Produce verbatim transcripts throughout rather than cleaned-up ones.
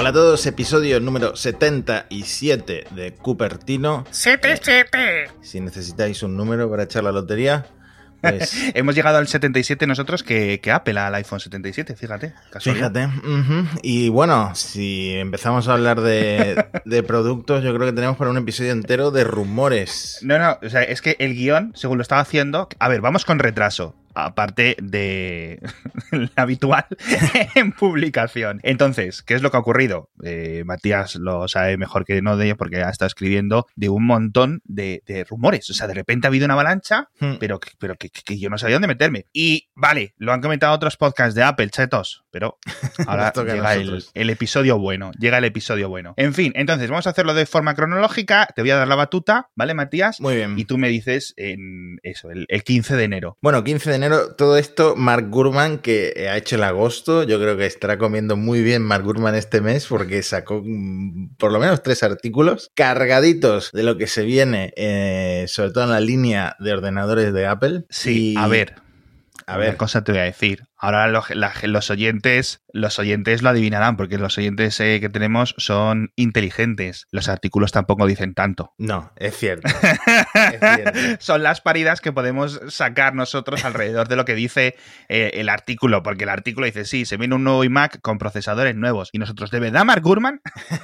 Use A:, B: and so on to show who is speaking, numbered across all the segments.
A: Hola a todos, episodio número setenta y siete de Cupertino.
B: setenta y siete.
A: Eh, si necesitáis un número para echar la lotería, pues...
B: Hemos llegado al setenta y siete nosotros que, que Apple al iPhone setenta y siete, fíjate. Casualidad.
A: Fíjate. Uh-huh. Y bueno, si empezamos a hablar de, de productos, yo creo que tenemos para un episodio entero de rumores.
B: No, no, o sea, es que el guión, según lo estaba haciendo... A ver, vamos con retraso. Aparte de la habitual en publicación. Entonces, ¿qué es lo que ha ocurrido? Eh, Matías lo sabe mejor que no de ello porque ha estado escribiendo de un montón de, de rumores. O sea, de repente ha habido una avalancha, hmm. pero, pero que, que yo no sabía dónde meterme. Y vale, lo han comentado otros podcasts de Apple, chetos, pero ahora llega el, el episodio bueno. Llega el episodio bueno. En fin, entonces vamos a hacerlo de forma cronológica. Te voy a dar la batuta, ¿vale, Matías?
A: Muy bien.
B: Y tú me dices en eso, el, el quince de enero.
A: Bueno, quince de enero. Todo esto, Mark Gurman, que ha hecho el agosto, yo creo que estará comiendo muy bien Mark Gurman este mes porque sacó mmm, por lo menos tres artículos cargaditos de lo que se viene, eh, sobre todo en la línea de ordenadores de Apple.
B: Sí, y... a ver.
A: A ver.
B: Una cosa te voy a decir. Ahora los, la, los oyentes los oyentes lo adivinarán, porque los oyentes eh, que tenemos son inteligentes. Los artículos tampoco dicen tanto.
A: No, es cierto. Es cierto.
B: Son las paridas que podemos sacar nosotros alrededor de lo que dice eh, el artículo, porque el artículo dice, sí, se viene un nuevo iMac con procesadores nuevos. Y nosotros, ¿de verdad, Mark Gurman?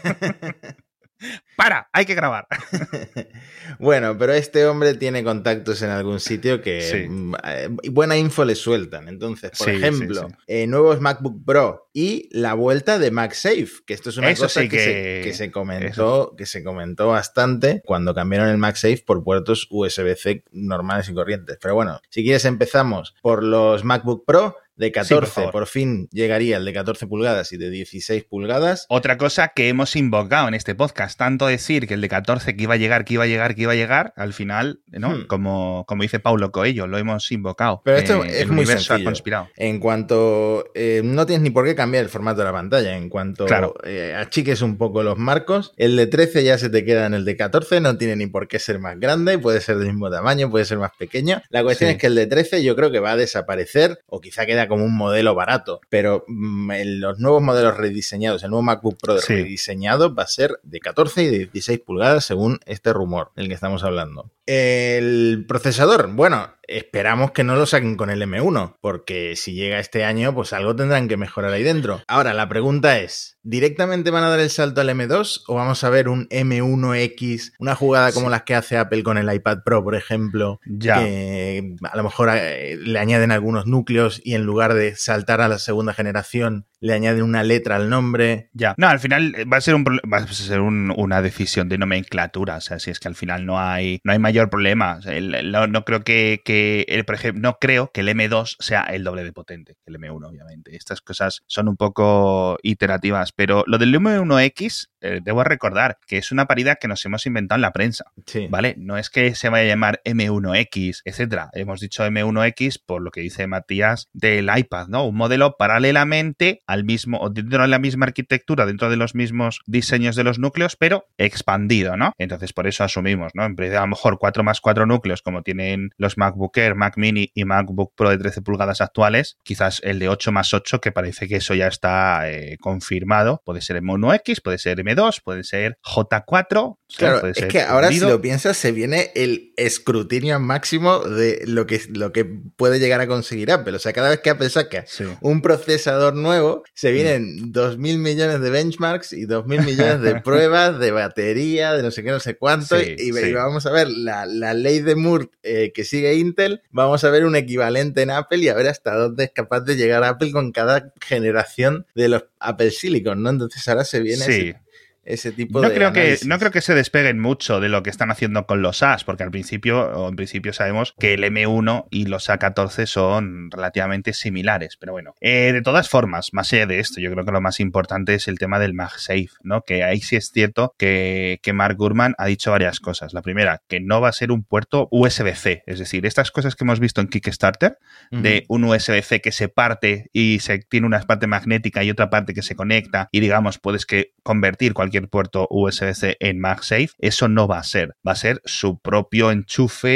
B: ¡Para! Hay que grabar.
A: Bueno, pero este hombre tiene contactos en algún sitio que sí. eh, buena info le sueltan. Entonces, por sí, ejemplo, sí, sí. Eh, nuevos MacBook Pro y la vuelta de MagSafe, que esto es una
B: Eso
A: cosa
B: sí
A: que,
B: que...
A: Se, que, se comentó, que se comentó bastante cuando cambiaron el MagSafe por puertos U S B-C normales y corrientes. Pero bueno, si quieres empezamos por los MacBook Pro. De catorce, sí, por, por fin llegaría el de catorce pulgadas y de dieciséis pulgadas.
B: Otra cosa que hemos invocado en este podcast, tanto decir que el de catorce que iba a llegar, que iba a llegar, que iba a llegar, al final, ¿no? Hmm. Como, como dice Paulo Coelho, lo hemos invocado.
A: Pero esto eh, es
B: el
A: muy
B: universo
A: sencillo.
B: Ha conspirado.
A: En cuanto, eh, no tienes ni por qué cambiar el formato de la pantalla, en cuanto
B: claro.
A: eh, achiques un poco los marcos, el de trece ya se te queda en el de catorce, no tiene ni por qué ser más grande, puede ser del mismo tamaño, puede ser más pequeño. La cuestión sí. es que el de trece yo creo que va a desaparecer, o quizá queda como un modelo barato. Barato, pero mmm, en los nuevos modelos rediseñados, el nuevo MacBook Pro sí. rediseñado va a ser de catorce y de dieciséis pulgadas según este rumor del que estamos hablando. El procesador, bueno, esperamos que no lo saquen con el eme uno, porque si llega este año, pues algo tendrán que mejorar ahí dentro. Ahora, la pregunta es, ¿directamente van a dar el salto al eme dos o vamos a ver un eme uno equis, una jugada como sí. las que hace Apple con el iPad Pro, por ejemplo,
B: ya.
A: que a lo mejor le añaden algunos núcleos y en lugar de saltar a la segunda generación le añaden una letra al nombre?
B: Ya. No, al final va a ser, un, va a ser un, una decisión de nomenclatura, o sea, si es que al final no hay, no hay mayor problema. O sea, el, no, no creo que, que el, por ejemplo, no creo que el eme dos sea el doble de potente que el eme uno, obviamente. Estas cosas son un poco iterativas, pero lo del eme uno equis, eh, debo recordar que es una parida que nos hemos inventado en la prensa,
A: sí.
B: ¿vale? No es que se vaya a llamar eme uno equis, etcétera. Hemos dicho eme uno equis por lo que dice Matías del iPad, ¿no? Un modelo paralelamente al mismo, o dentro de la misma arquitectura, dentro de los mismos diseños de los núcleos, pero expandido, ¿no? Entonces, por eso asumimos, ¿no? En vez de a lo mejor cuatro más cuatro núcleos, como tienen los MacBook Air, Mac Mini y MacBook Pro de trece pulgadas actuales, quizás el de ocho más ocho, que parece que eso ya está eh, confirmado. Puede ser eme uno equis, puede ser eme dos, puede ser jota cuatro.
A: Claro,
B: puede
A: es
B: ser
A: que ahora
B: fundido.
A: Si lo piensas, se viene el escrutinio máximo de lo que, lo que puede llegar a conseguir Apple. O sea, cada vez que Apple saca
B: sí.
A: un procesador nuevo, se vienen dos mil millones de benchmarks y dos mil millones de pruebas de batería, de no sé qué, no sé cuánto.
B: Sí,
A: y,
B: sí.
A: y vamos a ver la, la ley de Moore eh, que sigue Intel, vamos a ver un equivalente en Apple y a ver hasta dónde es capaz de llegar Apple con cada generación de los Apple Silicon, ¿no? Entonces ahora se viene...
B: Sí.
A: Ese... ese tipo
B: no
A: de
B: creo que
A: análisis.
B: No creo que se despeguen mucho de lo que están haciendo con los A S, porque al principio, o en principio sabemos que el eme uno y los A catorce son relativamente similares, pero bueno. Eh, de todas formas, más allá de esto, yo creo que lo más importante es el tema del MagSafe, ¿no? Que ahí sí es cierto que, que Mark Gurman ha dicho varias cosas. La primera, que no va a ser un puerto U S B-C, es decir, estas cosas que hemos visto en Kickstarter, uh-huh. de un U S B-C que se parte y se tiene una parte magnética y otra parte que se conecta y digamos puedes que convertir cualquier puerto U S B-C en MagSafe, eso no va a ser, va a ser su propio enchufe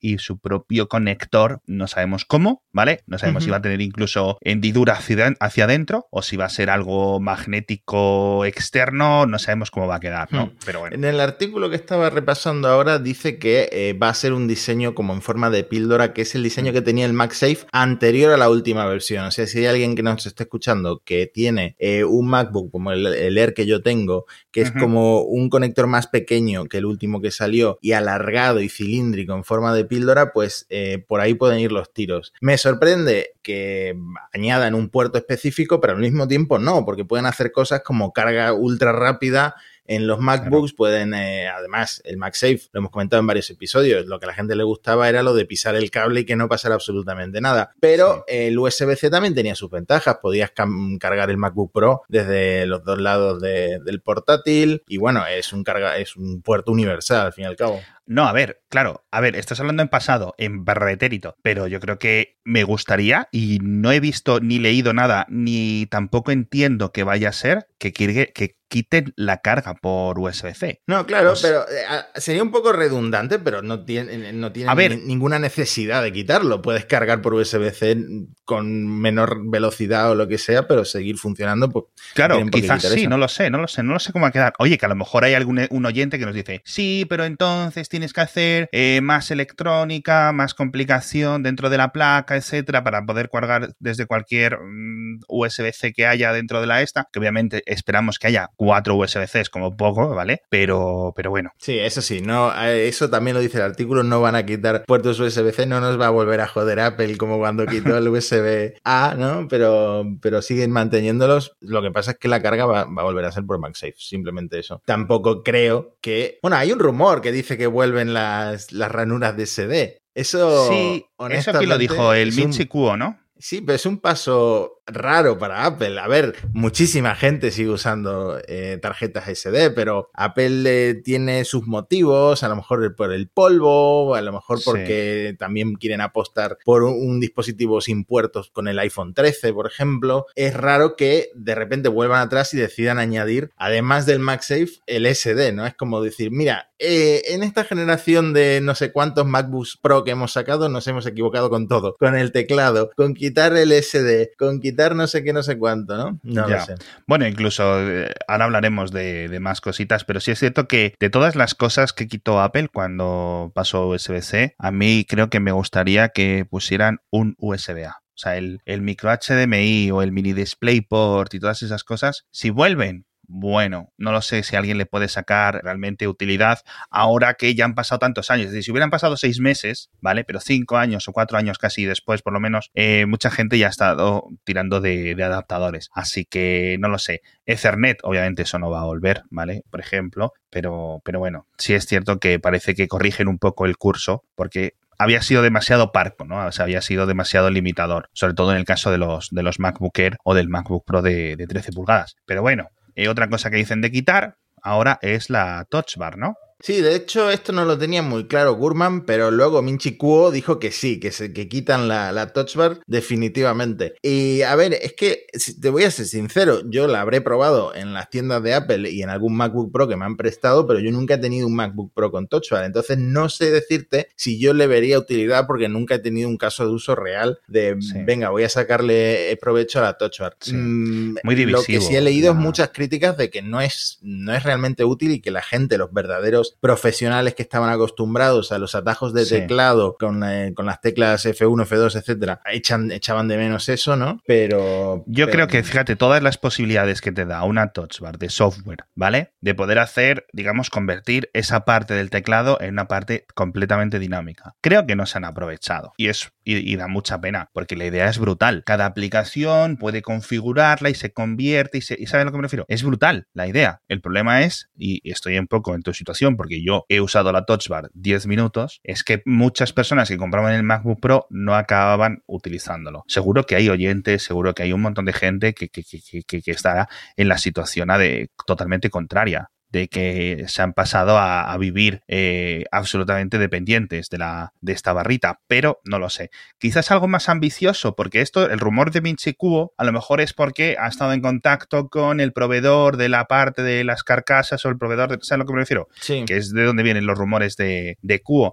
B: y su propio conector, no sabemos cómo, ¿vale? No sabemos uh-huh. si va a tener incluso hendidura hacia, hacia adentro o si va a ser algo magnético externo, no sabemos cómo va a quedar, ¿no?
A: Uh-huh.
B: Pero bueno.
A: En el artículo que estaba repasando ahora dice que eh, va a ser un diseño como en forma de píldora, que es el diseño uh-huh. que tenía el MagSafe anterior a la última versión. O sea, si hay alguien que nos esté escuchando que tiene eh, un MacBook como el, el Air que yo tengo, que es uh-huh. como un conector más pequeño que el último que salió y alargado y cilíndrico en forma de píldora, pues eh, por ahí pueden ir los tiros. Me sorprende que añadan un puerto específico, pero al mismo tiempo no, porque pueden hacer cosas como carga ultra rápida. En los MacBooks claro. pueden, eh, además, el MagSafe, lo hemos comentado en varios episodios, lo que a la gente le gustaba era lo de pisar el cable y que no pasara absolutamente nada. Pero sí. el U S B C también tenía sus ventajas. Podías cam- cargar el MacBook Pro desde los dos lados de, del portátil y, bueno, es un, carga, es un puerto universal, al fin y al cabo.
B: No, a ver, claro, a ver, estás hablando en pasado, en pretérito, pero yo creo que me gustaría, y no he visto ni leído nada, ni tampoco entiendo que vaya a ser, que, que, que quiten la carga por U S B C.
A: No, claro, pues, pero eh, sería un poco redundante, pero no tiene, no tiene ni, ninguna necesidad de quitarlo. Puedes cargar por U S B C con menor velocidad o lo que sea, pero seguir funcionando. Pues,
B: claro, quizás sí, eso. no lo sé, no lo sé, no lo sé cómo va a quedar. Oye, que a lo mejor hay algún un oyente que nos dice, sí, pero entonces tienes que hacer eh, más electrónica, más complicación dentro de la placa, etcétera, para poder cargar desde cualquier um, U S B C que haya dentro de la esta, que obviamente esperamos que haya cuatro U S B Cs como poco, ¿vale? Pero, pero bueno.
A: Sí, eso sí, no, eso también lo dice el artículo, no van a quitar puertos U S B C, no nos va a volver a joder Apple como cuando quitó el U S B A, ¿no? Pero, pero siguen manteniéndolos. Lo que pasa es que la carga va, va a volver a ser por MagSafe, simplemente eso. Tampoco creo que... Bueno, hay un rumor que dice que vuelven las, las ranuras de S D. Eso,
B: sí, eso aquí lo dijo el Minchi Kuo, ¿no?
A: Sí, pero es un paso raro para Apple. A ver, muchísima gente sigue usando eh, tarjetas S D, pero Apple eh, tiene sus motivos, a lo mejor por el polvo, a lo mejor porque sí. también quieren apostar por un, un dispositivo sin puertos con el iPhone trece, por ejemplo. Es raro que de repente vuelvan atrás y decidan añadir, además del MagSafe, el S D, ¿no? Es como decir, mira, eh, en esta generación de no sé cuántos MacBooks Pro que hemos sacado, nos hemos equivocado con todo. Con el teclado, con quitar el S D, con quitar no sé qué, no sé cuánto, ¿no? No
B: ya.
A: lo sé.
B: Bueno, incluso eh, ahora hablaremos de, de más cositas, pero sí es cierto que de todas las cosas que quitó Apple cuando pasó U S B C, a mí creo que me gustaría que pusieran un U S B A. O sea, el, el micro H D M I o el mini DisplayPort y todas esas cosas, si vuelven, bueno, no lo sé si alguien le puede sacar realmente utilidad ahora que ya han pasado tantos años. Es decir, si hubieran pasado seis meses, ¿vale? Pero cinco años o cuatro años casi después, por lo menos, eh, mucha gente ya ha estado tirando de, de adaptadores. Así que no lo sé. Ethernet, obviamente eso no va a volver, ¿vale? Por ejemplo, pero, pero bueno, sí es cierto que parece que corrigen un poco el curso porque había sido demasiado parco, ¿no? O sea, había sido demasiado limitador, sobre todo en el caso de los, de los MacBook Air o del MacBook Pro de, de trece pulgadas. Pero bueno, Eh, otra cosa que dicen de quitar ahora es la Touch Bar, ¿no?
A: Sí, de hecho esto no lo tenía muy claro Gurman, pero luego Minchi Kuo dijo que sí, que, se, que quitan la, la Touch Bar definitivamente. Y a ver, es que te voy a ser sincero, yo la habré probado en las tiendas de Apple y en algún MacBook Pro que me han prestado, pero yo nunca he tenido un MacBook Pro con Touch Bar, entonces no sé decirte si yo le vería utilidad porque nunca he tenido un caso de uso real de, sí. venga, voy a sacarle provecho a la Touch Bar.
B: Sí. Mm, Muy divisivo.
A: Lo que sí he leído la... es muchas críticas de que no es, no es realmente útil y que la gente, los verdaderos profesionales que estaban acostumbrados a los atajos de sí. teclado con, eh, con las teclas F uno, F dos, etcétera, echan, echaban de menos eso, ¿no? Pero...
B: Yo
A: pero...
B: creo que, fíjate, todas las posibilidades que te da una Touch Bar de software, ¿vale? De poder hacer, digamos, convertir esa parte del teclado en una parte completamente dinámica. Creo que no se han aprovechado y es y, y da mucha pena, porque la idea es brutal. Cada aplicación puede configurarla y se convierte y, se, y ¿sabes a lo que me refiero? Es brutal la idea. El problema es, y estoy un poco en tu situación, porque yo he usado la Touch Bar diez minutos, es que muchas personas que compraban el MacBook Pro no acababan utilizándolo. Seguro que hay oyentes, seguro que hay un montón de gente que, que, que, que, que estará en la situación de, totalmente contraria, de que se han pasado a, a vivir eh, absolutamente dependientes de, la, de esta barrita, pero no lo sé. Quizás algo más ambicioso, porque esto, el rumor de Minchi Kuo, a lo mejor es porque ha estado en contacto con el proveedor de la parte de las carcasas o el proveedor de... ¿Sabes a lo que me refiero?
A: Sí.
B: Que es de donde vienen los rumores de, de Kuo.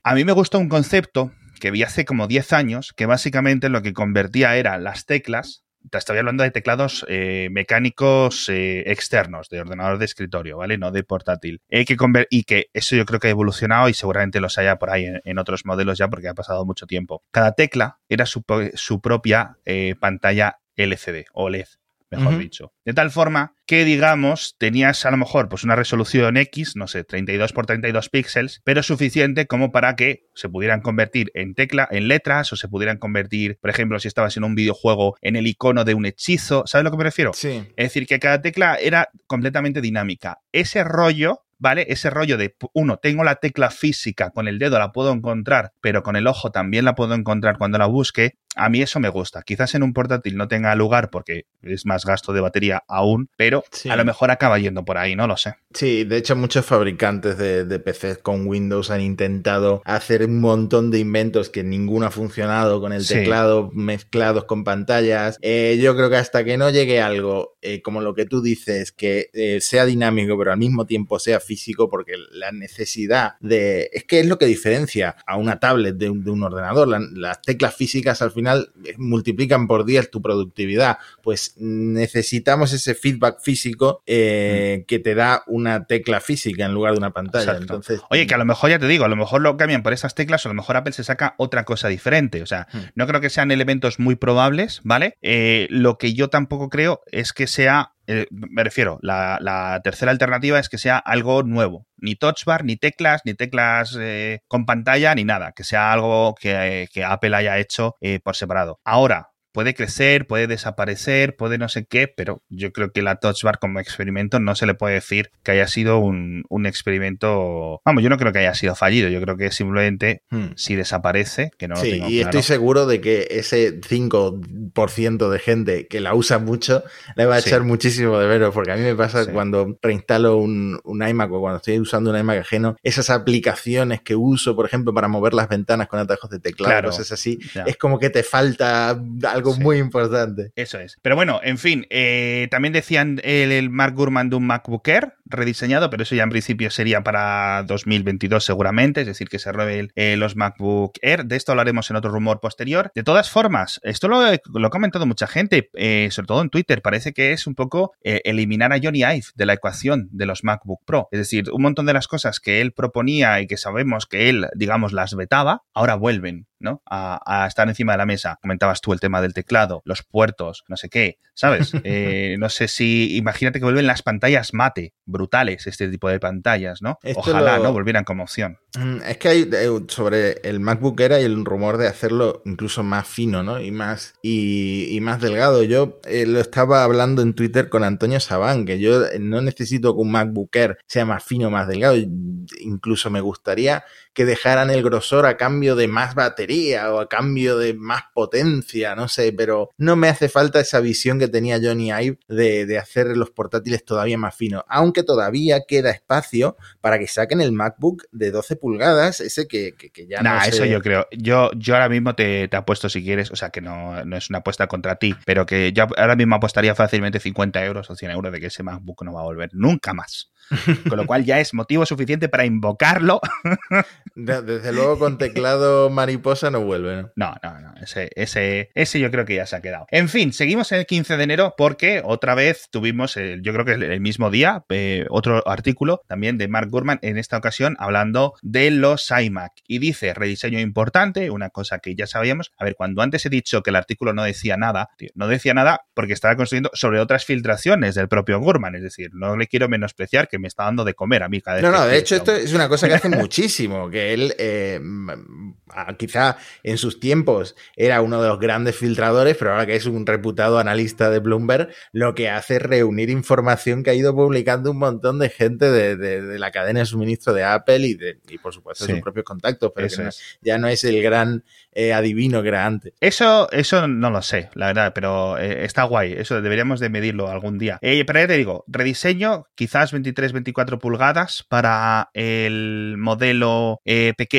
B: A mí me gustó un concepto que vi hace como diez años, que básicamente lo que convertía era las teclas. Te estoy hablando de teclados eh, mecánicos eh, externos, de ordenador de escritorio, ¿vale? No de portátil. Eh, que conver- y que eso yo creo que ha evolucionado y seguramente los haya por ahí en, en otros modelos ya porque ha pasado mucho tiempo. Cada tecla era su, su propia eh, pantalla L C D o L E D, mejor uh-huh. dicho. De tal forma que, digamos, tenías a lo mejor pues una resolución X, no sé, treinta y dos por treinta y dos píxeles, pero suficiente como para que se pudieran convertir en tecla, en letras, o se pudieran convertir, por ejemplo, si estabas en un videojuego, en el icono de un hechizo. ¿Sabes a lo que me refiero?
A: Sí.
B: Es decir, que cada tecla era completamente dinámica. Ese rollo... ¿Vale? Ese rollo de, uno, tengo la tecla física, con el dedo la puedo encontrar, pero con el ojo también la puedo encontrar cuando la busque. A mí eso me gusta. Quizás en un portátil no tenga lugar porque es más gasto de batería aún, pero sí. A lo mejor acaba yendo por ahí, no lo sé.
A: Sí, de hecho muchos fabricantes de, de P Cs con Windows han intentado hacer un montón de inventos que ninguno ha funcionado con el teclado, sí. mezclados con pantallas. Eh, yo creo que hasta que no llegue algo eh, como lo que tú dices, que eh, sea dinámico pero al mismo tiempo sea físico, porque la necesidad de... Es que es lo que diferencia a una tablet de un, de un ordenador. La, las teclas físicas al final multiplican por diez tu productividad. Pues necesitamos ese feedback físico eh, mm. que te da una tecla física en lugar de una pantalla. Exacto. Entonces,
B: oye, que a lo mejor, ya te digo, a lo mejor lo cambian por esas teclas o a lo mejor Apple se saca otra cosa diferente. O sea, mm. no creo que sean elementos muy probables, ¿vale? Eh, lo que yo tampoco creo es que sea... Eh, me refiero, la, la tercera alternativa es que sea algo nuevo. Ni touch bar, ni teclas, ni teclas eh, con pantalla, ni nada. Que sea algo que, eh, que Apple haya hecho eh, por separado. Ahora, puede crecer, puede desaparecer, puede no sé qué, pero yo creo que la Touch Bar como experimento no se le puede decir que haya sido un, un experimento... Vamos, yo no creo que haya sido fallido, yo creo que simplemente hmm. si desaparece, que no lo
A: sí,
B: tengo
A: y
B: claro.
A: Estoy seguro de que ese cinco por ciento de gente que la usa mucho le va a echar sí. muchísimo de menos, porque a mí me pasa sí. cuando reinstalo un, un iMac o cuando estoy usando un iMac ajeno, esas aplicaciones que uso, por ejemplo, para mover las ventanas con atajos de teclado, claro. cosas así, ya. es como que te falta algo Sí. muy importante.
B: Eso es. Pero bueno, en fin, eh, también decían el, el Mark Gurman de un MacBook Air rediseñado, pero eso ya en principio sería para dos mil veintidós seguramente, es decir, que se revelen eh, los MacBook Air. De esto hablaremos en otro rumor posterior. De todas formas, esto lo, lo ha comentado mucha gente, eh, sobre todo en Twitter, parece que es un poco eh, eliminar a Johnny Ive de la ecuación de los MacBook Pro. Es decir, un montón de las cosas que él proponía y que sabemos que él, digamos, las vetaba, ahora vuelven, ¿no? A, a estar encima de la mesa. Comentabas tú el tema del teclado, los puertos, no sé qué, ¿sabes? Eh, no sé si... Imagínate que vuelven las pantallas mate, brutales este tipo de pantallas, ¿no? Esto Ojalá, lo... ¿no? Volvieran como opción.
A: Es que hay, sobre el MacBook Air hay el rumor de hacerlo incluso más fino, ¿no? Y más, y, y más delgado. Yo eh, lo estaba hablando en Twitter con Antonio Sabán, que yo no necesito que un MacBook Air sea más fino, más delgado. Incluso me gustaría que dejaran el grosor a cambio de más batería o a cambio de más potencia, no sé, pero no me hace falta esa visión que tenía Johnny Ive de, de hacer los portátiles todavía más finos, aunque todavía queda espacio para que saquen el MacBook de doce pulgadas, ese que, que, que ya
B: nah,
A: no sé.
B: Eso yo creo. Yo, yo ahora mismo te, te apuesto si quieres, o sea, que no, no es una apuesta contra ti, pero que yo ahora mismo apostaría fácilmente cincuenta euros o cien euros de que ese MacBook no va a volver nunca más. Con lo cual ya es motivo suficiente para invocarlo.
A: Desde luego con teclado mariposa no vuelve, ¿no?
B: No, no, no. Ese, ese, ese yo creo que ya se ha quedado. En fin, seguimos en el quince de enero porque otra vez tuvimos, el, yo creo que el mismo día, eh, otro artículo también de Mark Gurman, en esta ocasión hablando de los iMac. Y dice, rediseño importante, una cosa que ya sabíamos. A ver, cuando antes he dicho que el artículo no decía nada, tío, no decía nada porque estaba construyendo sobre otras filtraciones del propio Gurman. Es decir, no le quiero menospreciar que me está dando de comer a mí cada vez.
A: No, no,
B: que
A: de hecho esto es una cosa que hace muchísimo, que él eh, quizá en sus tiempos era uno de los grandes filtradores, pero ahora que es un reputado analista de Bloomberg, lo que hace es reunir información que ha ido publicando un montón de gente de, de, de la cadena de suministro de Apple y, de, y por supuesto, sí, de sus propios contactos, pero que no, ya no es el gran eh, adivino que era antes.
B: Eso, eso no lo sé, la verdad, pero eh, está guay, eso deberíamos de medirlo algún día. Eh, pero ya te digo, rediseño, quizás veintitrés, veinticuatro pulgadas para el modelo eh, pequeño,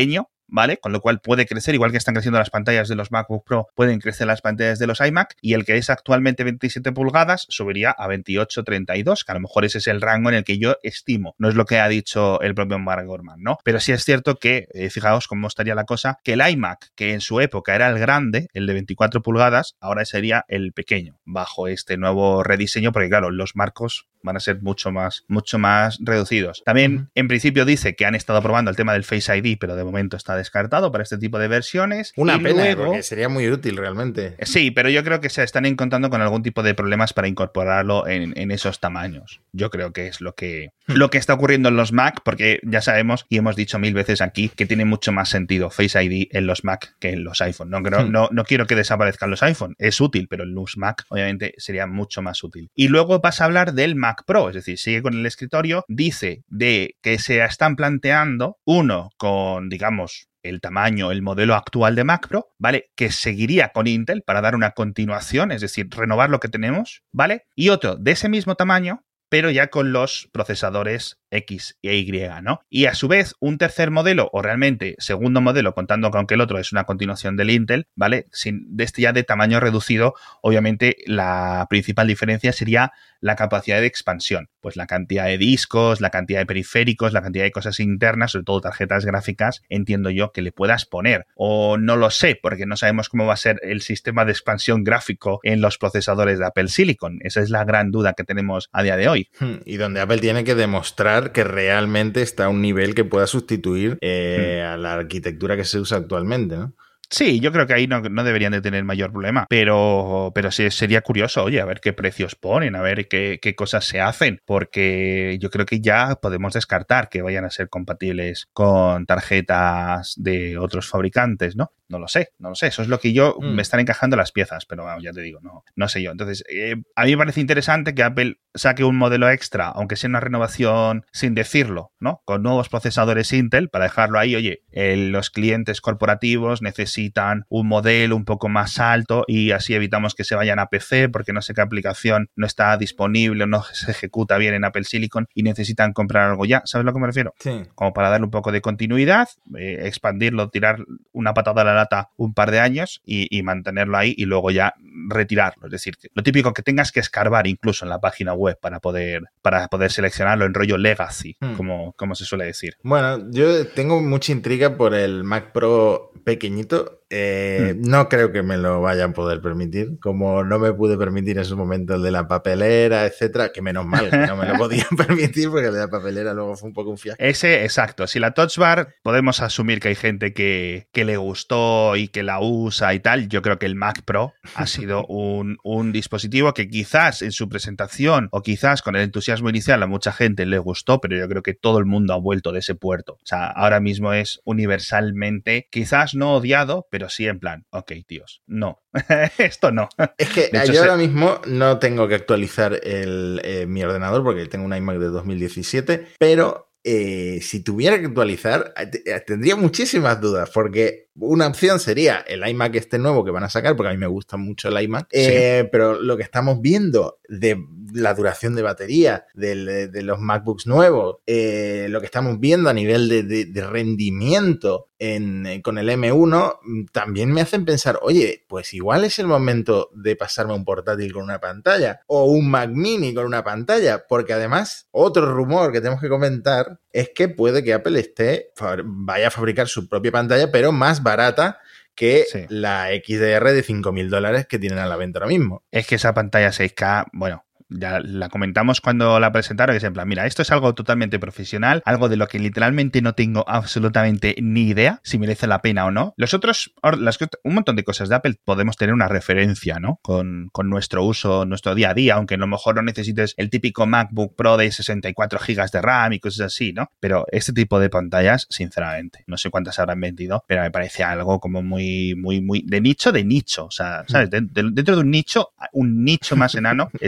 B: ¿vale? Con lo cual puede crecer, igual que están creciendo las pantallas de los MacBook Pro, pueden crecer las pantallas de los iMac, y el que es actualmente veintisiete pulgadas subiría a veintiocho treinta y dos, que a lo mejor ese es el rango en el que yo estimo. No es lo que ha dicho el propio Mark Gurman, ¿no? Pero sí es cierto que, eh, fijaos cómo estaría la cosa, que el iMac, que en su época era el grande, el de veinticuatro pulgadas, ahora sería el pequeño, bajo este nuevo rediseño, porque claro, los marcos van a ser mucho más, mucho más reducidos. También, uh-huh. en principio, dice que han estado probando el tema del Face I D, pero de momento está descartado para este tipo de versiones.
A: Una
B: y
A: pena,
B: luego,
A: porque sería muy útil realmente.
B: Sí, pero yo creo que se están encontrando con algún tipo de problemas para incorporarlo en, en esos tamaños. Yo creo que es lo que, lo que está ocurriendo en los Mac, porque ya sabemos y hemos dicho mil veces aquí que tiene mucho más sentido Face I D en los Mac que en los iPhone. No, no, no, no quiero que desaparezcan los iPhone, es útil, pero en los Mac obviamente sería mucho más útil. Y luego pasa a hablar del Mac Pro, es decir, sigue con el escritorio, dice de que se están planteando uno con, digamos, el tamaño, el modelo actual de Mac Pro, ¿vale? Que seguiría con Intel para dar una continuación, es decir, renovar lo que tenemos, ¿vale? Y otro de ese mismo tamaño, pero ya con los procesadores X e Y, ¿no? Y a su vez, un tercer modelo, o realmente segundo modelo, contando con que el otro es una continuación del Intel, ¿vale? Sin, de este ya de tamaño reducido, obviamente la principal diferencia sería la capacidad de expansión. Pues la cantidad de discos, la cantidad de periféricos, la cantidad de cosas internas, sobre todo tarjetas gráficas, entiendo yo que le puedas poner. O no lo sé, porque no sabemos cómo va a ser el sistema de expansión gráfico en los procesadores de Apple Silicon. Esa es la gran duda que tenemos a día de hoy.
A: Y donde Apple tiene que demostrar que realmente está a un nivel que pueda sustituir eh, hmm. a la arquitectura que se usa actualmente, ¿no?
B: Sí, yo creo que ahí no, no deberían de tener mayor problema, pero, pero sí sería curioso, oye, a ver qué precios ponen, a ver qué, qué cosas se hacen, porque yo creo que ya podemos descartar que vayan a ser compatibles con tarjetas de otros fabricantes, ¿no? No lo sé, no lo sé, eso es lo que yo mm. me están encajando las piezas, pero bueno, ya te digo, no, no sé yo. Entonces, eh, a mí me parece interesante que Apple saque un modelo extra, aunque sea una renovación sin decirlo, ¿no? Con nuevos procesadores Intel, para dejarlo ahí, oye, eh, los clientes corporativos necesitan necesitan un modelo un poco más alto y así evitamos que se vayan a P C porque no sé qué aplicación no está disponible o no se ejecuta bien en Apple Silicon y necesitan comprar algo ya. ¿Sabes a lo que me refiero?
A: Sí.
B: Como para darle un poco de continuidad, eh, expandirlo, tirar una patada a la lata un par de años y, y mantenerlo ahí y luego ya retirarlo. Es decir, lo típico que tengas que escarbar incluso en la página web para poder, para poder seleccionarlo en rollo legacy, hmm. como, como se suele decir.
A: Bueno, yo tengo mucha intriga por el Mac Pro pequeñito. Eh, hmm. No creo que me lo vayan a poder permitir, como no me pude permitir en su momento el de la papelera, etcétera, que menos mal que no me lo podían permitir porque el de la papelera luego fue un poco un fiasco.
B: Ese, exacto. Si la Touch Bar podemos asumir que hay gente que, que le gustó y que la usa y tal, yo creo que el Mac Pro ha sido un, un dispositivo que quizás en su presentación o quizás con el entusiasmo inicial a mucha gente le gustó, pero yo creo que todo el mundo ha vuelto de ese puerto. O sea, ahora mismo es universalmente, quizás no odiado, pero sí en plan, ok, tíos, no, esto no.
A: Es que hecho, yo se... ahora mismo no tengo que actualizar el, eh, mi ordenador porque tengo un iMac de dos mil diecisiete, pero eh, si tuviera que actualizar tendría muchísimas dudas porque una opción sería el iMac este nuevo que van a sacar, porque a mí me gusta mucho el iMac, eh, sí. pero lo que estamos viendo de la duración de batería de, de, de los MacBooks nuevos, eh, lo que estamos viendo a nivel de, de, de rendimiento en, en, con el M uno, también me hacen pensar, oye, pues igual es el momento de pasarme a un portátil con una pantalla o un Mac Mini con una pantalla, porque además otro rumor que tenemos que comentar es que puede que Apple esté vaya a fabricar su propia pantalla, pero más barata que sí. la X D R de cinco mil dólares que tienen a la venta ahora mismo.
B: Es que esa pantalla seis K, bueno, ya la comentamos cuando la presentaron, que es en plan, mira, esto es algo totalmente profesional, algo de lo que literalmente no tengo absolutamente ni idea si merece la pena o no. Los otros, las, un montón de cosas de Apple podemos tener una referencia, ¿no? Con, con nuestro uso, nuestro día a día, aunque a lo mejor no necesites el típico MacBook Pro de sesenta y cuatro gigas de RAM y cosas así, ¿no? Pero este tipo de pantallas, sinceramente, no sé cuántas habrán vendido, pero me parece algo como muy, muy, muy de nicho de nicho, o sea, ¿sabes? De, de, dentro de un nicho, un nicho más enano es el que compra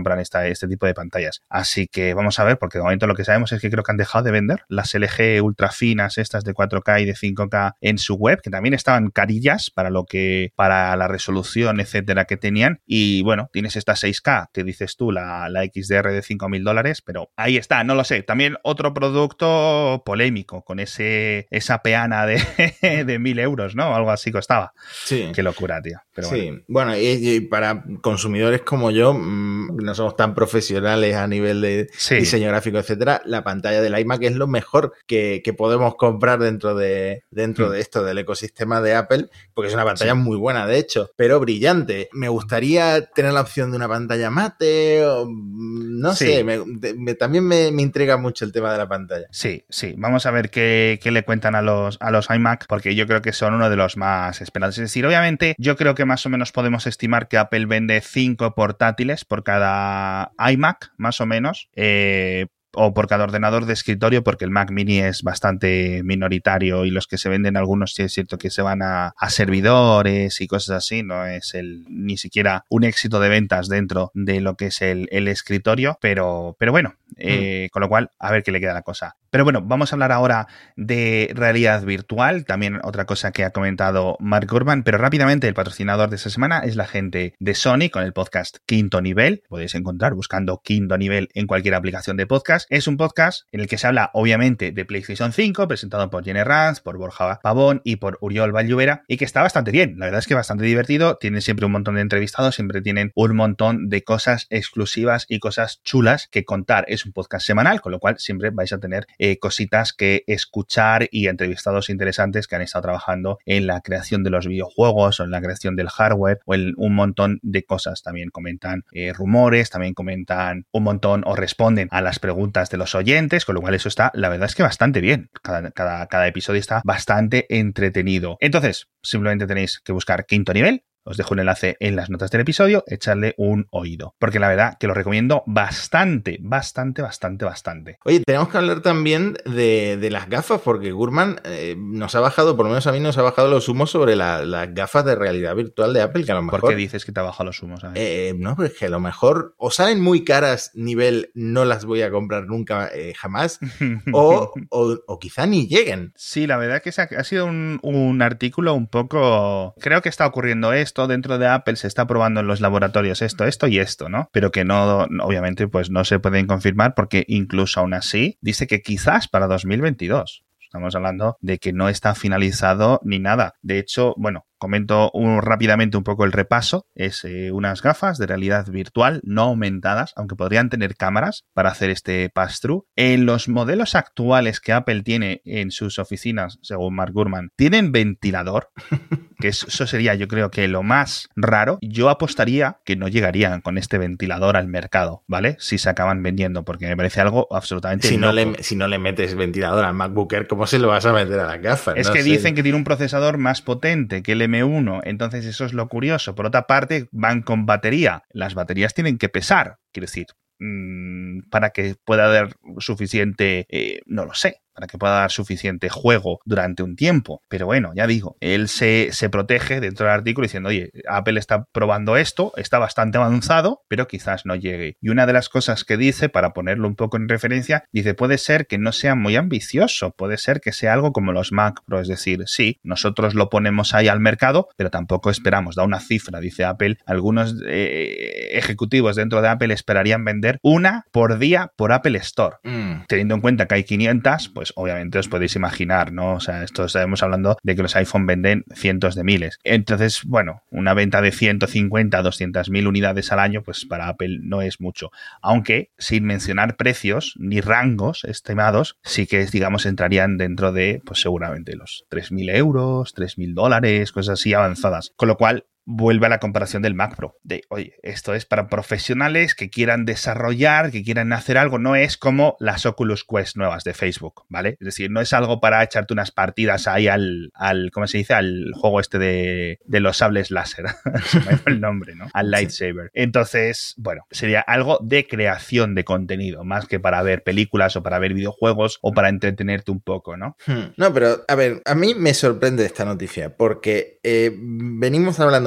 B: comprar esta, este tipo de pantallas. Así que vamos a ver, porque de momento lo que sabemos es que creo que han dejado de vender las L G ultra finas, estas de cuatro K y de cinco K en su web, que también estaban carillas para lo que, para la resolución, etcétera, que tenían. Y bueno, tienes esta seis K que dices tú, la, la X D R de cinco mil dólares, pero ahí está, no lo sé. También otro producto polémico, con ese esa peana de, de mil euros, ¿no? Algo así costaba.
A: Sí.
B: Qué locura, tío. Pero
A: sí,
B: bueno,
A: bueno, y, y para consumidores como yo, mmm, no somos tan profesionales a nivel de sí. diseño gráfico, etcétera, la pantalla del iMac es lo mejor que, que podemos comprar dentro de dentro mm. de esto, del ecosistema de Apple, porque es una pantalla sí. muy buena, de hecho, pero brillante. Me gustaría tener la opción de una pantalla mate, o, no sí. sé, me, me, también me, me intriga mucho el tema de la pantalla.
B: Sí, sí, vamos a ver qué, qué le cuentan a los, a los iMac, porque yo creo que son uno de los más esperados. Es decir, obviamente, yo creo que más o menos podemos estimar que Apple vende cinco portátiles por cada iMac, más o menos, eh, o por cada ordenador de escritorio, porque el Mac Mini es bastante minoritario y los que se venden algunos sí es cierto que se van a, a servidores y cosas así, no es el ni siquiera un éxito de ventas dentro de lo que es el, el escritorio, pero, pero bueno, eh, mm. con lo cual a ver qué le queda la cosa. Pero bueno, vamos a hablar ahora de realidad virtual, también otra cosa que ha comentado Mark Gurman, pero rápidamente el patrocinador de esta semana es la gente de Sony con el podcast Quinto Nivel. Podéis encontrar buscando Quinto Nivel en cualquier aplicación de podcast. Es un podcast en el que se habla obviamente de PlayStation cinco, presentado por Jenny Ranz, por Borja Pavón y por Uriol Valllluvera, y que está bastante bien, la verdad es que bastante divertido, tienen siempre un montón de entrevistados, siempre tienen un montón de cosas exclusivas y cosas chulas que contar. Es un podcast semanal, con lo cual siempre vais a tener Eh, cositas que escuchar y entrevistados interesantes que han estado trabajando en la creación de los videojuegos o en la creación del hardware o en un montón de cosas. También comentan eh, rumores, también comentan un montón o responden a las preguntas de los oyentes, con lo cual eso está, la verdad es que bastante bien. Cada, cada, cada episodio está bastante entretenido. Entonces, simplemente tenéis que buscar Quinto Nivel. Os dejo un enlace en las notas del episodio, echarle un oído, porque la verdad que lo recomiendo bastante, bastante, bastante, bastante.
A: Oye, tenemos que hablar también de, de las gafas, porque Gurman eh, nos ha bajado, por lo menos a mí nos ha bajado los humos sobre la, las gafas de realidad virtual de Apple, que a lo mejor...
B: ¿Por qué dices que te ha bajado los humos?
A: Eh, no, pues que a lo mejor o salen muy caras, nivel no las voy a comprar nunca, eh, jamás, o, o, o quizá ni lleguen.
B: Sí, la verdad que ha sido un, un artículo un poco... Creo que está ocurriendo esto. Dentro de Apple se está probando en los laboratorios esto, esto y esto, ¿no? Pero que no, obviamente, pues no se pueden confirmar porque incluso aún así dice que quizás para dos mil veintidós. Estamos hablando de que no está finalizado ni nada. De hecho, bueno, comento un, rápidamente un poco el repaso. Es eh, unas gafas de realidad virtual no aumentadas, aunque podrían tener cámaras para hacer este pass-through. En los modelos actuales que Apple tiene en sus oficinas, según Mark Gurman, tienen ventilador, que eso sería yo creo que lo más raro. Yo apostaría que no llegarían con este ventilador al mercado, ¿vale? Si se acaban vendiendo, porque me parece algo absolutamente
A: si no
B: loco.
A: le Si no le metes ventilador al MacBook Air, ¿cómo se lo vas a meter a las gafas?
B: Es
A: no
B: que
A: sé.
B: Dicen que tiene un procesador más potente que el M uno, entonces eso es lo curioso. Por otra parte, van con batería. Las baterías tienen que pesar, quiero decir, mmm, para que pueda dar suficiente, eh, no lo sé, para que pueda dar suficiente juego durante un tiempo. Pero bueno, ya digo, él se, se protege dentro del artículo diciendo, oye, Apple está probando esto, está bastante avanzado, pero quizás no llegue. Y una de las cosas que dice, para ponerlo un poco en referencia, dice, puede ser que no sea muy ambicioso, puede ser que sea algo como los Mac Pro, es decir, sí, nosotros lo ponemos ahí al mercado, pero tampoco esperamos, da una cifra, dice Apple, algunos eh, ejecutivos dentro de Apple esperarían vender una por día por Apple Store. Mm. Teniendo en cuenta que hay quinientas, pues obviamente os podéis imaginar, ¿no? O sea, esto estamos hablando de que los iPhone venden cientos de miles. Entonces, bueno, una venta de ciento cincuenta a doscientas mil unidades al año, pues para Apple no es mucho. Aunque, sin mencionar precios ni rangos estimados, sí que, digamos, entrarían dentro de, pues seguramente los tres mil euros, tres mil dólares, cosas así avanzadas. Con lo cual, vuelve a la comparación del Mac Pro. De, oye, esto es para profesionales que quieran desarrollar, que quieran hacer algo. No es como las Oculus Quest nuevas de Facebook, ¿vale? Es decir, no es algo para echarte unas partidas ahí al, al ¿cómo se dice? Al juego este de, de los sables láser. Se me ha ido el nombre, ¿no? Al lightsaber. Entonces, bueno, sería algo de creación de contenido, más que para ver películas o para ver videojuegos o para entretenerte un poco, ¿no?
A: Hmm. No, pero, a ver, a mí me sorprende esta noticia porque eh, venimos hablando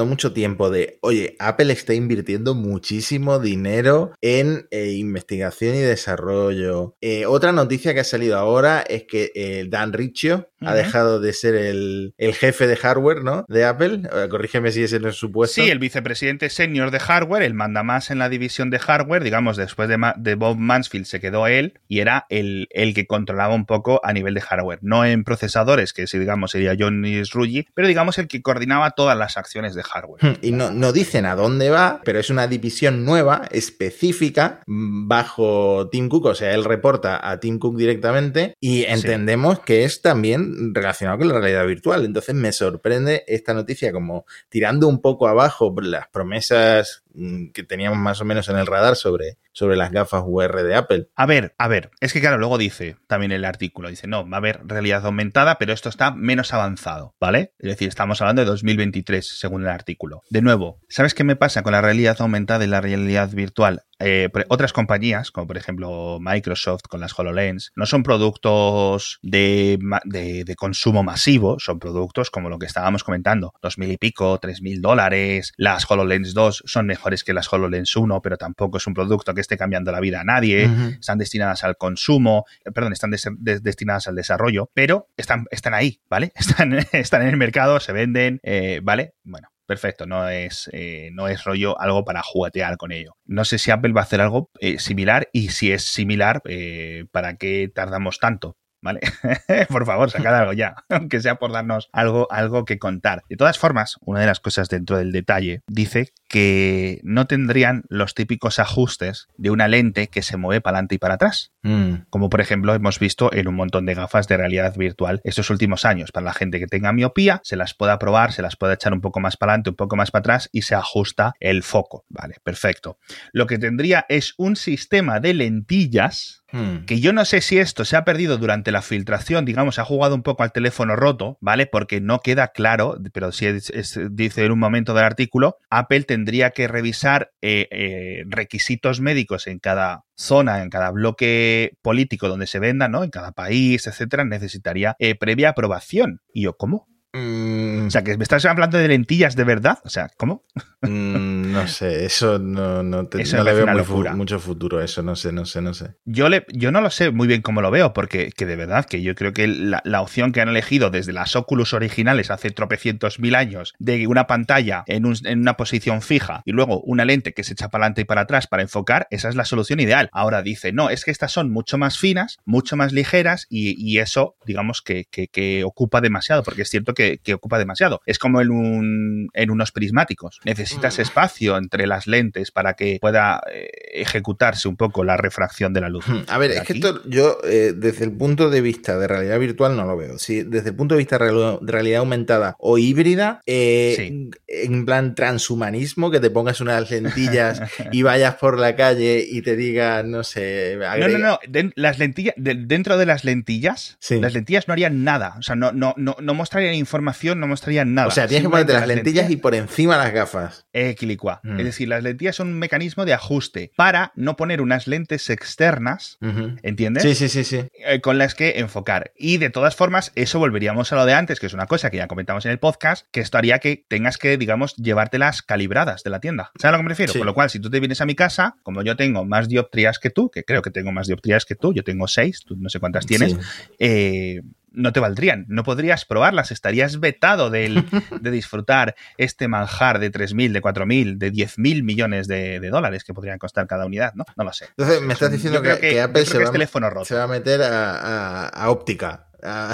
A: mucho tiempo de, oye, Apple está invirtiendo muchísimo dinero en eh, investigación y desarrollo. Eh, otra noticia que ha salido ahora es que eh, Dan Riccio uh-huh. ha dejado de ser el, el jefe de hardware, ¿no? De Apple. Corrígeme si ese no es su puesto.
B: Sí, el vicepresidente senior de hardware, el mandamás en la división de hardware, digamos, después de, Ma- de Bob Mansfield se quedó él y era el, el que controlaba un poco a nivel de hardware. No en procesadores, que si digamos sería John Sruggi, pero digamos el que coordinaba todas las acciones de hardware.
A: Y no, no dicen a dónde va, pero es una división nueva, específica, bajo Tim Cook, o sea, él reporta a Tim Cook directamente y entendemos sí. que es también relacionado con la realidad virtual. Entonces me sorprende esta noticia como tirando un poco abajo las promesas que teníamos más o menos en el radar sobre, sobre las gafas U R de Apple.
B: A ver, a ver, es que claro, luego dice también el artículo, dice, no, va a haber realidad aumentada, pero esto está menos avanzado, ¿vale? Es decir, estamos hablando de dos mil veintitrés, según el artículo. De nuevo, ¿sabes qué me pasa con la realidad aumentada y la realidad virtual? Eh, otras compañías, como por ejemplo Microsoft con las HoloLens, no son productos de, de, de consumo masivo, son productos como lo que estábamos comentando, dos mil y pico, tres mil dólares, las HoloLens dos son mejores que las HoloLens uno, pero tampoco es un producto que esté cambiando la vida a nadie, uh-huh. están destinadas al consumo, eh, perdón, están des- des- destinadas al desarrollo, pero están, están ahí, ¿vale? Están, están en el mercado, se venden, eh, ¿vale? Bueno. Perfecto, no es, eh, no es rollo algo para juguetear con ello. No sé si Apple va a hacer algo eh, similar y si es similar, eh, ¿para qué tardamos tanto? ¿Vale? Por favor, sacad algo ya, aunque sea por darnos algo, algo que contar. De todas formas, una de las cosas dentro del detalle dice que no tendrían los típicos ajustes de una lente que se mueve para adelante y para atrás. Mm. Como por ejemplo hemos visto en un montón de gafas de realidad virtual estos últimos años. Para la gente que tenga miopía, se las pueda probar, se las puede echar un poco más para adelante, un poco más para atrás y se ajusta el foco. Vale, perfecto. Lo que tendría es un sistema de lentillas Hmm. que yo no sé si esto se ha perdido durante la filtración, digamos, ha jugado un poco al teléfono roto, ¿vale? Porque no queda claro, pero sí es, es, dice en un momento del artículo, Apple tendría que revisar eh, eh, requisitos médicos en cada zona, en cada bloque político donde se venda, ¿no? En cada país, etcétera, necesitaría eh, previa aprobación. Y yo, ¿cómo? Mm. O sea, que me estás hablando de lentillas de verdad. O sea, ¿cómo?
A: Mm, no sé, eso no, no, te, eso no le veo muy fu- mucho futuro, eso no sé, no sé, no sé.
B: Yo, le, yo no lo sé muy bien cómo lo veo, porque que de verdad que yo creo que la, la opción que han elegido desde las Oculus originales hace tropecientos mil años, de una pantalla en, un, en una posición fija y luego una lente que se echa para adelante y para atrás para enfocar, esa es la solución ideal. Ahora dice, no, es que estas son mucho más finas, mucho más ligeras y, y eso, digamos, que, que, que ocupa demasiado, porque es cierto que Que, que ocupa demasiado. Es como en, un, en unos prismáticos. Necesitas mm. espacio entre las lentes para que pueda eh, ejecutarse un poco la refracción de la luz.
A: A ver, es aquí. que esto yo eh, desde el punto de vista de realidad virtual no lo veo. Si desde el punto de vista de realidad aumentada o híbrida, eh, sí. en plan transhumanismo, que te pongas unas lentillas y vayas por la calle y te diga, no sé...
B: Agrega... No, no, no. De, las lentillas, de, dentro de las lentillas, sí. las lentillas no harían nada. O sea, no, no, no, no mostrarían información, no mostrarían nada.
A: O sea, tienes que ponerte las lentillas, lentillas y por encima las gafas.
B: Equilicua. Mm. Es decir, las lentillas son un mecanismo de ajuste para no poner unas lentes externas, uh-huh. ¿entiendes?
A: Sí, sí, sí, sí.
B: Eh, con las que enfocar. Y de todas formas, eso volveríamos a lo de antes, que es una cosa que ya comentamos en el podcast, que esto haría que tengas que, digamos, llevártelas calibradas de la tienda. ¿Sabes a lo que me refiero? Sí. Con lo cual, si tú te vienes a mi casa, como yo tengo más dioptrías que tú, que creo que tengo más dioptrías que tú, yo tengo seis, tú no sé cuántas tienes, sí. eh... no te valdrían, no podrías probarlas, estarías vetado de, de disfrutar este manjar de tres mil, de cuatro mil, de diez mil millones de, de dólares que podrían costar cada unidad, ¿no? No lo sé.
A: Entonces me estás diciendo que, que, que Apple se,
B: que
A: va,
B: teléfono roto.
A: se va a meter a, a, a óptica, a,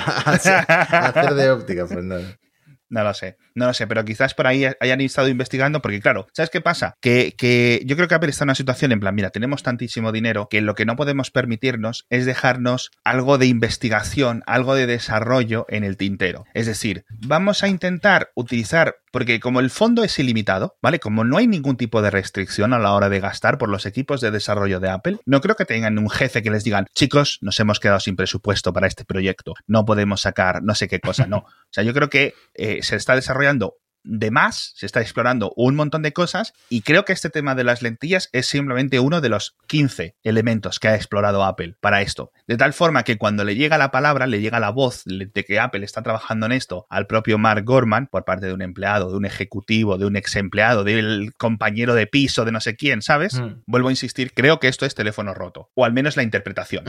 A: a, a hacer de óptica, pues no.
B: No lo sé, no lo sé, pero quizás por ahí hayan estado investigando porque, claro, ¿sabes qué pasa? Que, que yo creo que Apple está en una situación en plan, mira, tenemos tantísimo dinero que lo que no podemos permitirnos es dejarnos algo de investigación, algo de desarrollo en el tintero. Es decir, vamos a intentar utilizar, porque como el fondo es ilimitado, ¿vale? Como no hay ningún tipo de restricción a la hora de gastar por los equipos de desarrollo de Apple, no creo que tengan un jefe que les digan, chicos, nos hemos quedado sin presupuesto para este proyecto, no podemos sacar no sé qué cosa, no. O sea, yo creo que eh, se está desarrollando de más, se está explorando un montón de cosas y creo que este tema de las lentillas es simplemente uno de los quince elementos que ha explorado Apple para esto. De tal forma que cuando le llega la palabra, le llega la voz de que Apple está trabajando en esto al propio Mark Gurman por parte de un empleado, de un ejecutivo, de un ex empleado, del compañero de piso, de no sé quién, ¿sabes? Mm. Vuelvo a insistir, creo que esto es teléfono roto, o al menos la interpretación.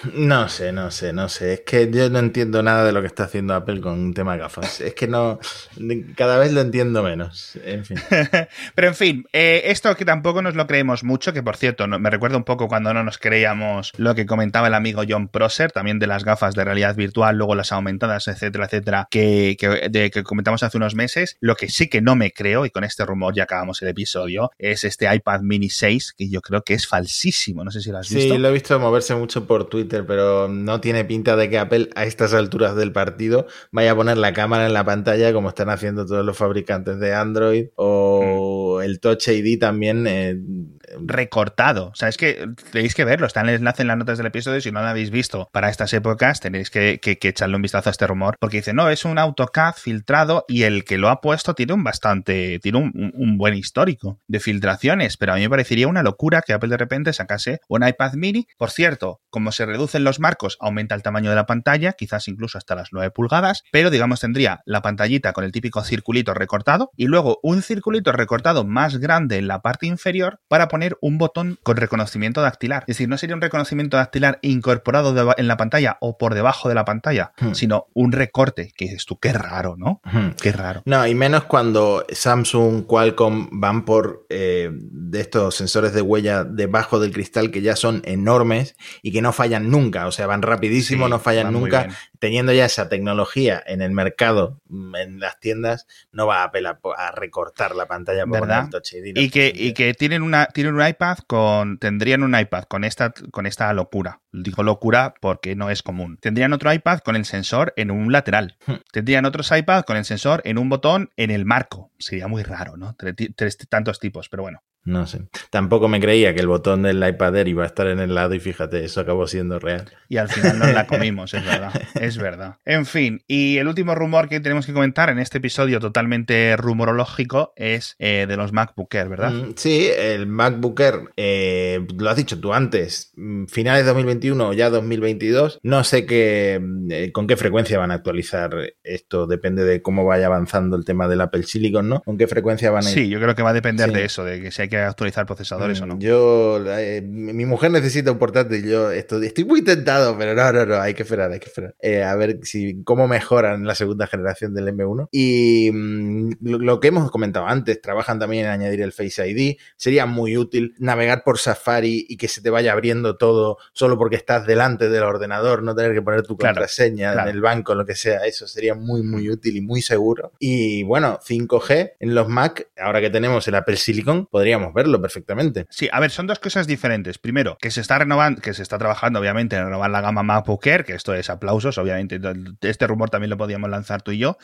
A: No sé, no sé, no sé. Es que yo no entiendo nada de lo que está haciendo Apple con un tema de gafas. Es que no, cada vez lo entiendo menos. En fin.
B: Pero en fin, eh, esto que tampoco nos lo creemos mucho, que por cierto, no, me recuerda un poco cuando no nos creíamos lo que comentaba el amigo John Prosser, también de las gafas de realidad virtual, luego las aumentadas, etcétera, etcétera, que, que, de, que comentamos hace unos meses. Lo que sí que no me creo, y con este rumor ya acabamos el episodio, es este iPad mini seis, que yo creo que es falsísimo. No sé si lo has visto.
A: Sí, lo he visto moverse mucho por Twitter, pero no tiene pinta de que Apple a estas alturas del partido vaya a poner la cámara en la pantalla como están haciendo todos los fabricantes de Android, o mm. el Touch I D también eh,
B: recortado. O sea, es que tenéis que verlo. Está en el enlace en las notas del episodio. Si no lo habéis visto para estas épocas, tenéis que, que, que echarle un vistazo a este rumor, porque dice, no, es un AutoCAD filtrado y el que lo ha puesto tiene un bastante, tiene un, un buen histórico de filtraciones, pero a mí me parecería una locura que Apple de repente sacase un iPad mini. Por cierto, como se reducen los marcos, aumenta el tamaño de la pantalla, quizás incluso hasta las nueve pulgadas, pero digamos tendría la pantallita con el típico circulito recortado y luego un circulito recortado más grande en la parte inferior para poner un botón con reconocimiento dactilar. Es decir, no sería un reconocimiento dactilar incorporado de, en la pantalla o por debajo de la pantalla, hmm. sino un recorte, que dices tú, qué raro, ¿no? Hmm. Qué raro.
A: No, y menos cuando Samsung, Qualcomm van por eh, de estos sensores de huella debajo del cristal que ya son enormes y que no fallan nunca, o sea, van rapidísimo, sí, no fallan nunca. Teniendo ya esa tecnología en el mercado, en las tiendas, no va a Apple a, a recortar la pantalla por
B: ¿verdad?
A: El Touch I D.
B: Y que, y que tienen una tienen un iPad con tendrían un iPad con esta con esta locura. Digo locura porque no es común. Tendrían otro iPad con el sensor en un lateral. Hmm. Tendrían otros iPad con el sensor en un botón en el marco. Sería muy raro, ¿no? Tres, tres tantos tipos, pero bueno.
A: No sé. Tampoco me creía que el botón del iPad Air iba a estar en el lado y fíjate, eso acabó siendo real.
B: Y al final nos la comimos, es verdad. Es verdad. En fin, y el último rumor que tenemos que comentar en este episodio totalmente rumorológico es eh, de los MacBook Air, ¿verdad?
A: Mm, sí, el MacBook Air, eh, lo has dicho tú antes, finales de dos mil veintiuno o ya dos mil veintidós. No sé qué, eh, con qué frecuencia van a actualizar esto, depende de cómo vaya avanzando el tema del Apple Silicon, ¿no? ¿Con qué frecuencia van a ir?
B: Sí, yo creo que va a depender sí. de eso, de que si hay que actualizar procesadores mm, o no.
A: Yo, eh, mi mujer necesita un portátil, yo estoy, estoy muy tentado, pero no, no, no, hay que esperar, hay que esperar. Eh, a ver si cómo mejoran la segunda generación del M uno. Y mmm, lo, lo que hemos comentado antes, trabajan también en añadir el Face I D. Sería muy útil navegar por Safari y que se te vaya abriendo todo solo porque estás delante del ordenador, no tener que poner tu claro, contraseña claro. en el banco, lo que sea. Eso sería muy, muy útil y muy seguro. Y bueno, cinco G en los Mac, ahora que tenemos el Apple Silicon, podríamos verlo perfectamente.
B: Sí, a ver, son dos cosas diferentes. Primero, que se está renovando, que se está trabajando, obviamente, en renovar la gama MacBook Air, que esto es aplausos, obviamente. Este rumor también lo podíamos lanzar tú y yo.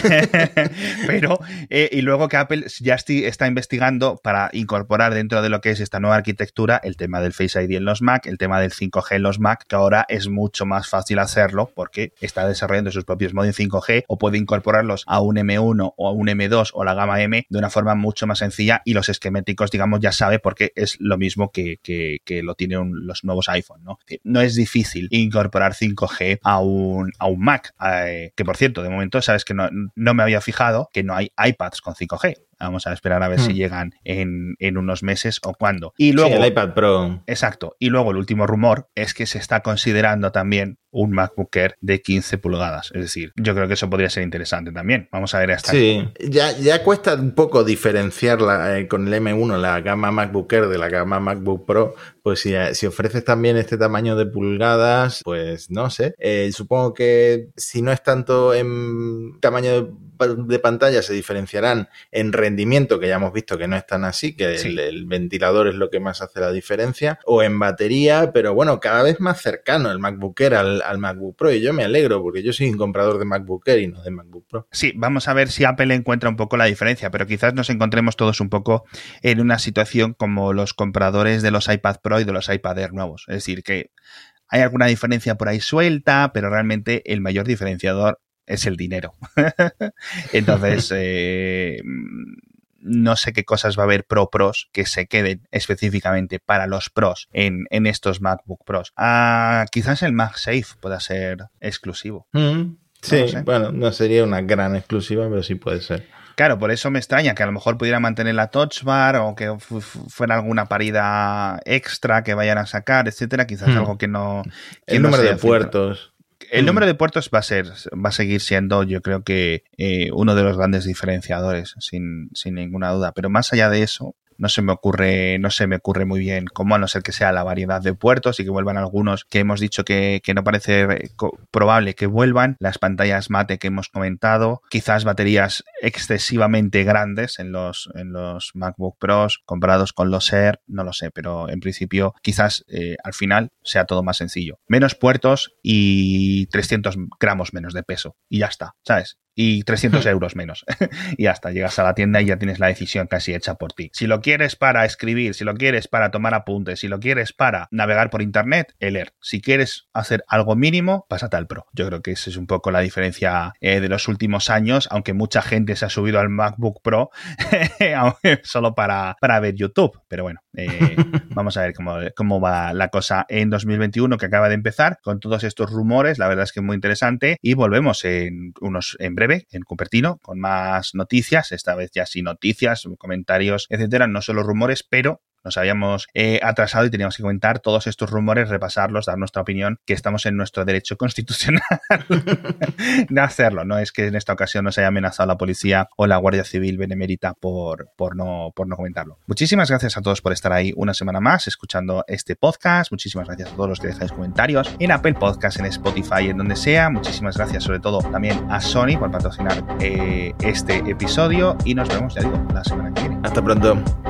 B: Pero, eh, y luego que Apple ya está investigando para incorporar dentro de lo que es esta nueva arquitectura el tema del Face I D en los Mac, el tema del cinco G en los Mac, que ahora es mucho más fácil hacerlo porque está desarrollando sus propios modems cinco G o puede incorporarlos a un M uno o a un M dos o la gama M de una forma mucho más sencilla y los esquemáticos, digamos, ya sabe porque es lo mismo que, que, que lo tienen los nuevos iPhone, ¿no? No es difícil incorporar cinco G a un, a un Mac, eh, que por cierto, de momento sabes que no, no me había fijado que no hay iPads con cinco G. Vamos a esperar a ver hmm. si llegan en, en unos meses o cuándo. Y luego,
A: sí, el iPad Pro.
B: Exacto. Y luego el último rumor es que se está considerando también un MacBook Air de quince pulgadas. Es decir, yo creo que eso podría ser interesante también. Vamos a ver hasta
A: Sí, aquí. ya, ya cuesta un poco diferenciarla eh, con el M uno, la gama MacBook Air de la gama MacBook Pro. Pues si, si ofreces también este tamaño de pulgadas, pues no sé. Eh, supongo que si no es tanto en tamaño de, de pantalla, se diferenciarán en rendimiento, que ya hemos visto que no es tan así, que sí. el, el ventilador es lo que más hace la diferencia, o en batería, pero bueno, cada vez más cercano el MacBook Air al, al MacBook Pro, y yo me alegro porque yo soy un comprador de MacBook Air y no de MacBook Pro.
B: Sí, vamos a ver si Apple encuentra un poco la diferencia, pero quizás nos encontremos todos un poco en una situación como los compradores de los iPad Pro y de los iPad Air nuevos, es decir, que hay alguna diferencia por ahí suelta, pero realmente el mayor diferenciador es el dinero. Entonces, eh, no sé qué cosas va a haber Pro Pros que se queden específicamente para los pros en, en estos MacBook Pros. Ah, quizás el MagSafe pueda ser exclusivo.
A: Mm, sí,
B: no sé.
A: Bueno, no sería una gran exclusiva, pero sí puede ser.
B: Claro, por eso me extraña que a lo mejor pudiera mantener la Touch Bar o que f- fuera alguna paridad extra que vayan a sacar, etcétera. Quizás
A: Hmm.
B: algo que no... Que
A: El
B: no
A: número
B: sea
A: de puertos.
B: El
A: Mm.
B: número de puertos va a ser, va a seguir siendo, yo creo que eh, uno de los grandes diferenciadores, sin, sin ninguna duda. Pero más allá de eso, no se me ocurre, no se me ocurre muy bien cómo, a no ser que sea la variedad de puertos y que vuelvan algunos que hemos dicho que, que no parece probable que vuelvan, las pantallas mate que hemos comentado, quizás baterías excesivamente grandes en los, en los MacBook Pros comparados con los Air, no lo sé, pero en principio quizás eh, al final sea todo más sencillo. Menos puertos y trescientos gramos menos de peso y ya está, ¿sabes? Y trescientos euros menos. Y ya está, llegas a la tienda y ya tienes la decisión casi hecha por ti. Si lo quieres para escribir, si lo quieres para tomar apuntes, si lo quieres para navegar por internet, el Air. Si quieres hacer algo mínimo, pásate al Pro. Yo creo que esa es un poco la diferencia eh, de los últimos años, aunque mucha gente se ha subido al MacBook Pro solo para, para ver YouTube. Pero bueno, eh, vamos a ver cómo, cómo va la cosa en dos mil veintiuno, que acaba de empezar, con todos estos rumores. La verdad es que es muy interesante. Y volvemos en unos en breve en Cupertino con más noticias, esta vez ya sin noticias, comentarios, etcétera, no solo rumores, pero nos habíamos eh, atrasado y teníamos que comentar todos estos rumores, repasarlos, dar nuestra opinión, que estamos en nuestro derecho constitucional de hacerlo. No es que en esta ocasión nos haya amenazado la policía o la Guardia Civil benemérita por, por, no, por no comentarlo. Muchísimas gracias a todos por estar ahí una semana más escuchando este podcast. Muchísimas gracias a todos los que dejáis comentarios en Apple Podcast, en Spotify, en donde sea. Muchísimas gracias sobre todo también a Sony por patrocinar eh, este episodio y nos vemos, ya digo, la semana que viene.
A: Hasta pronto.